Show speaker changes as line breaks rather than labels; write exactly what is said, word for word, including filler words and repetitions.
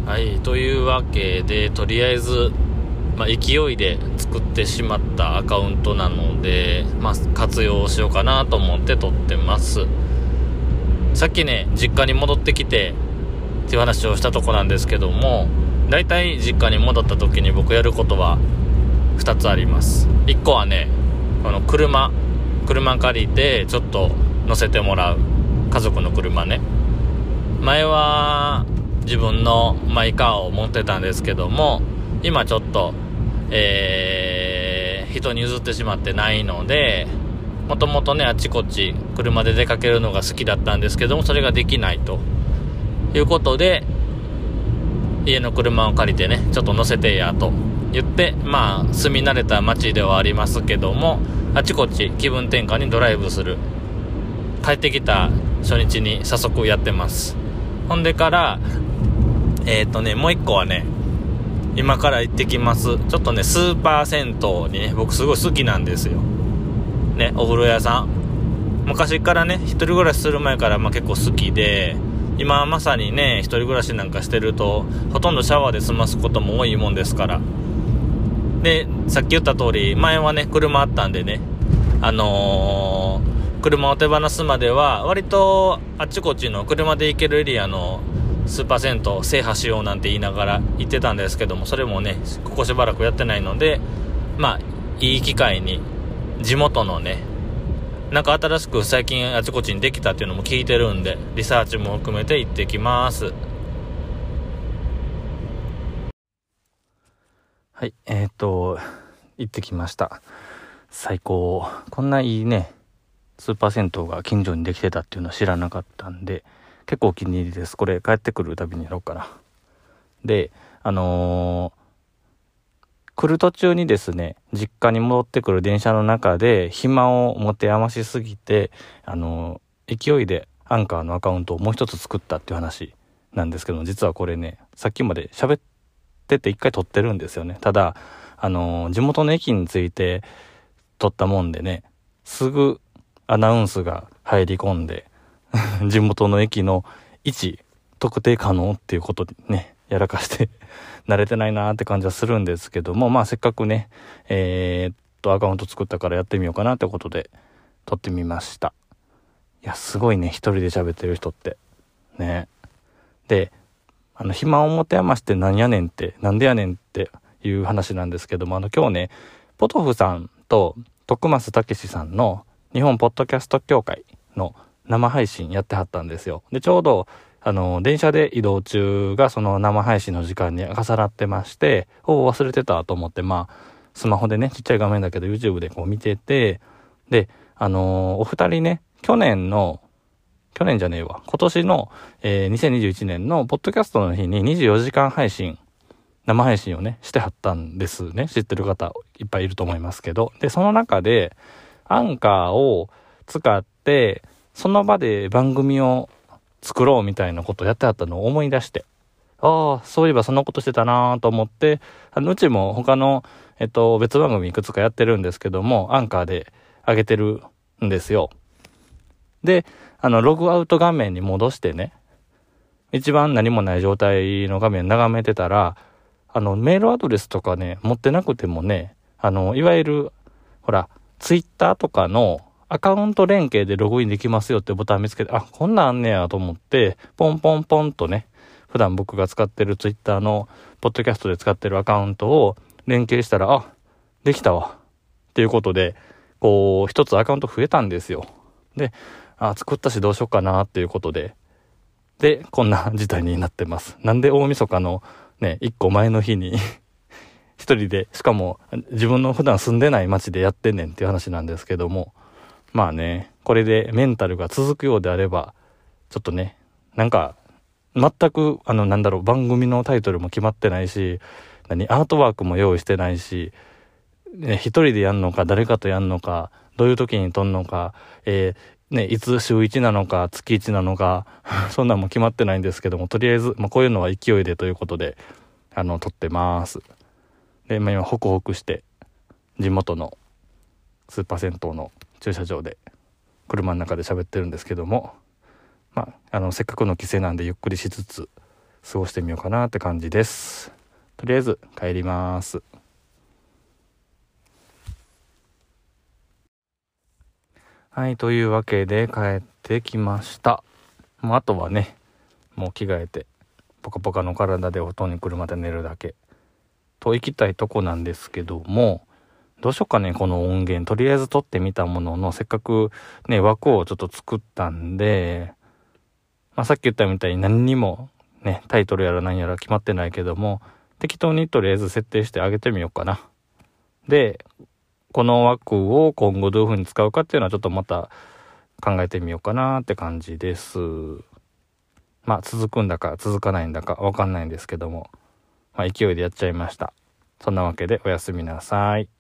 はい、というわけでとりあえず、まあ、勢いで作ってしまったアカウントなので、まあ、活用しようかなと思って撮ってます。さっきね実家に戻ってきてっていう話をしたとこなんですけども、だいたい実家に戻った時に僕やることはふたつあります。いっこはね、この車車借りてちょっと乗せてもらう、家族の車ね。前は自分のマイカーを持ってたんですけども、今ちょっと、えー、人に譲ってしまってないので、もともとねあっちこっち車で出かけるのが好きだったんですけども、それができないということで、家の車を借りてねちょっと乗せてやと言って、まあ住み慣れた街ではありますけども、あちこち気分転換にドライブする、帰ってきた初日に早速やってます。ほんでからえっとねもう一個はね、今から行ってきます、ちょっとねスーパー銭湯にね僕すごい好きなんですよね。お風呂屋さん、昔からね一人暮らしする前から、まあ、結構好きで、今まさにね一人暮らしなんかしてるとほとんどシャワーで済ますことも多いもんですから。でさっき言った通り、前はね車あったんでね、あのー、車を手放すまでは割とあっちこっちの車で行けるエリアのスーパー銭湯制覇しようなんて言いながら行ってたんですけども、それもねここしばらくやってないので、まあいい機会に地元のね、なんか新しく最近あちこちにできたっていうのも聞いてるんで、リサーチも含めて行ってきます。はい、えー、っと行ってきました。最高。こんないいねスーパー銭湯が近所にできてたっていうのは知らなかったんで、結構お気に入りです。これ帰ってくるたびにやろうかな。であのー来る途中にですね、実家に戻ってくる電車の中で暇を持て余しすぎて、あの勢いでアンカーのアカウントをもう一つ作ったっていう話なんですけども、実はこれねさっきまで喋ってて一回撮ってるんですよね。ただあの地元の駅について撮ったもんでね、すぐアナウンスが入り込んで地元の駅の位置特定可能っていうことでねやらかして慣れてないなーって感じはするんですけども、まあせっかくねえー、っとアカウント作ったからやってみようかなってことで撮ってみました。いやすごいね一人で喋ってる人ってね。であの暇を持て余してなんやねんってなんでやねんっていう話なんですけども、あの今日ねポトフさんと徳増武史さんの日本ポッドキャスト協会の生配信やってはったんですよ。でちょうどあの電車で移動中がその生配信の時間に重なってまして、お忘れてたと思って、まあスマホでねちっちゃい画面だけど YouTube でこう見てて、であのー、お二人ね去年の去年じゃねえわ今年の、えー、にせんにじゅういちねんのポッドキャストの日ににじゅうよじかん配信生配信をねしてはったんですね。知ってる方いっぱいいると思いますけど、でその中でアンカーを使ってその場で番組を作ろうみたいなことをやってはったのを思い出して、ああそういえばそんなことしてたなと思って、あのうちも他の、えっと、別番組いくつかやってるんですけども、アンカーで上げてるんですよ。であのログアウト画面に戻してね、一番何もない状態の画面眺めてたら、あのメールアドレスとかね持ってなくてもね、あのいわゆるほらツイッターとかのアカウント連携でログインできますよってボタン見つけて、あこんなんあんねやと思ってポンポンポンとね、普段僕が使ってるツイッターのポッドキャストで使ってるアカウントを連携したら、あできたわっていうことでこう一つアカウント増えたんですよ。であ作ったしどうしようかなっていうことででこんな事態になってます。なんで大晦日のね一個前の日に一人で、しかも自分の普段住んでない街でやってんねんっていう話なんですけども、まあねこれでメンタルが続くようであればちょっとね、なんか全くあのなんだろう番組のタイトルも決まってないし、何アートワークも用意してないし、ね、一人でやんのか誰かとやんのかどういう時に撮んのか、えー、ねいつ週いちなのか月いちなのかそんなんも決まってないんですけども、とりあえず、まあ、こういうのは勢いでということであの撮ってます。で、まあ、今ホクホクして地元のスーパー銭湯の駐車場で車の中で喋ってるんですけども、まあ、あのせっかくの帰省なんでゆっくりしつつ過ごしてみようかなって感じです。とりあえず帰ります。はい、というわけで帰ってきました。もうあとはね、もう着替えてポカポカの体でお布団に来るまで寝るだけと行きたいとこなんですけども、どうしようかね、この音源とりあえず撮ってみたものの、せっかくね枠をちょっと作ったんで、まあ、さっき言ったみたいに何にもねタイトルやら何やら決まってないけども、適当にとりあえず設定してあげてみようかな。でこの枠を今後どういう風に使うかっていうのはちょっとまた考えてみようかなって感じです。まあ続くんだか続かないんだかわかんないんですけども、まあ勢いでやっちゃいました。そんなわけでおやすみなさい。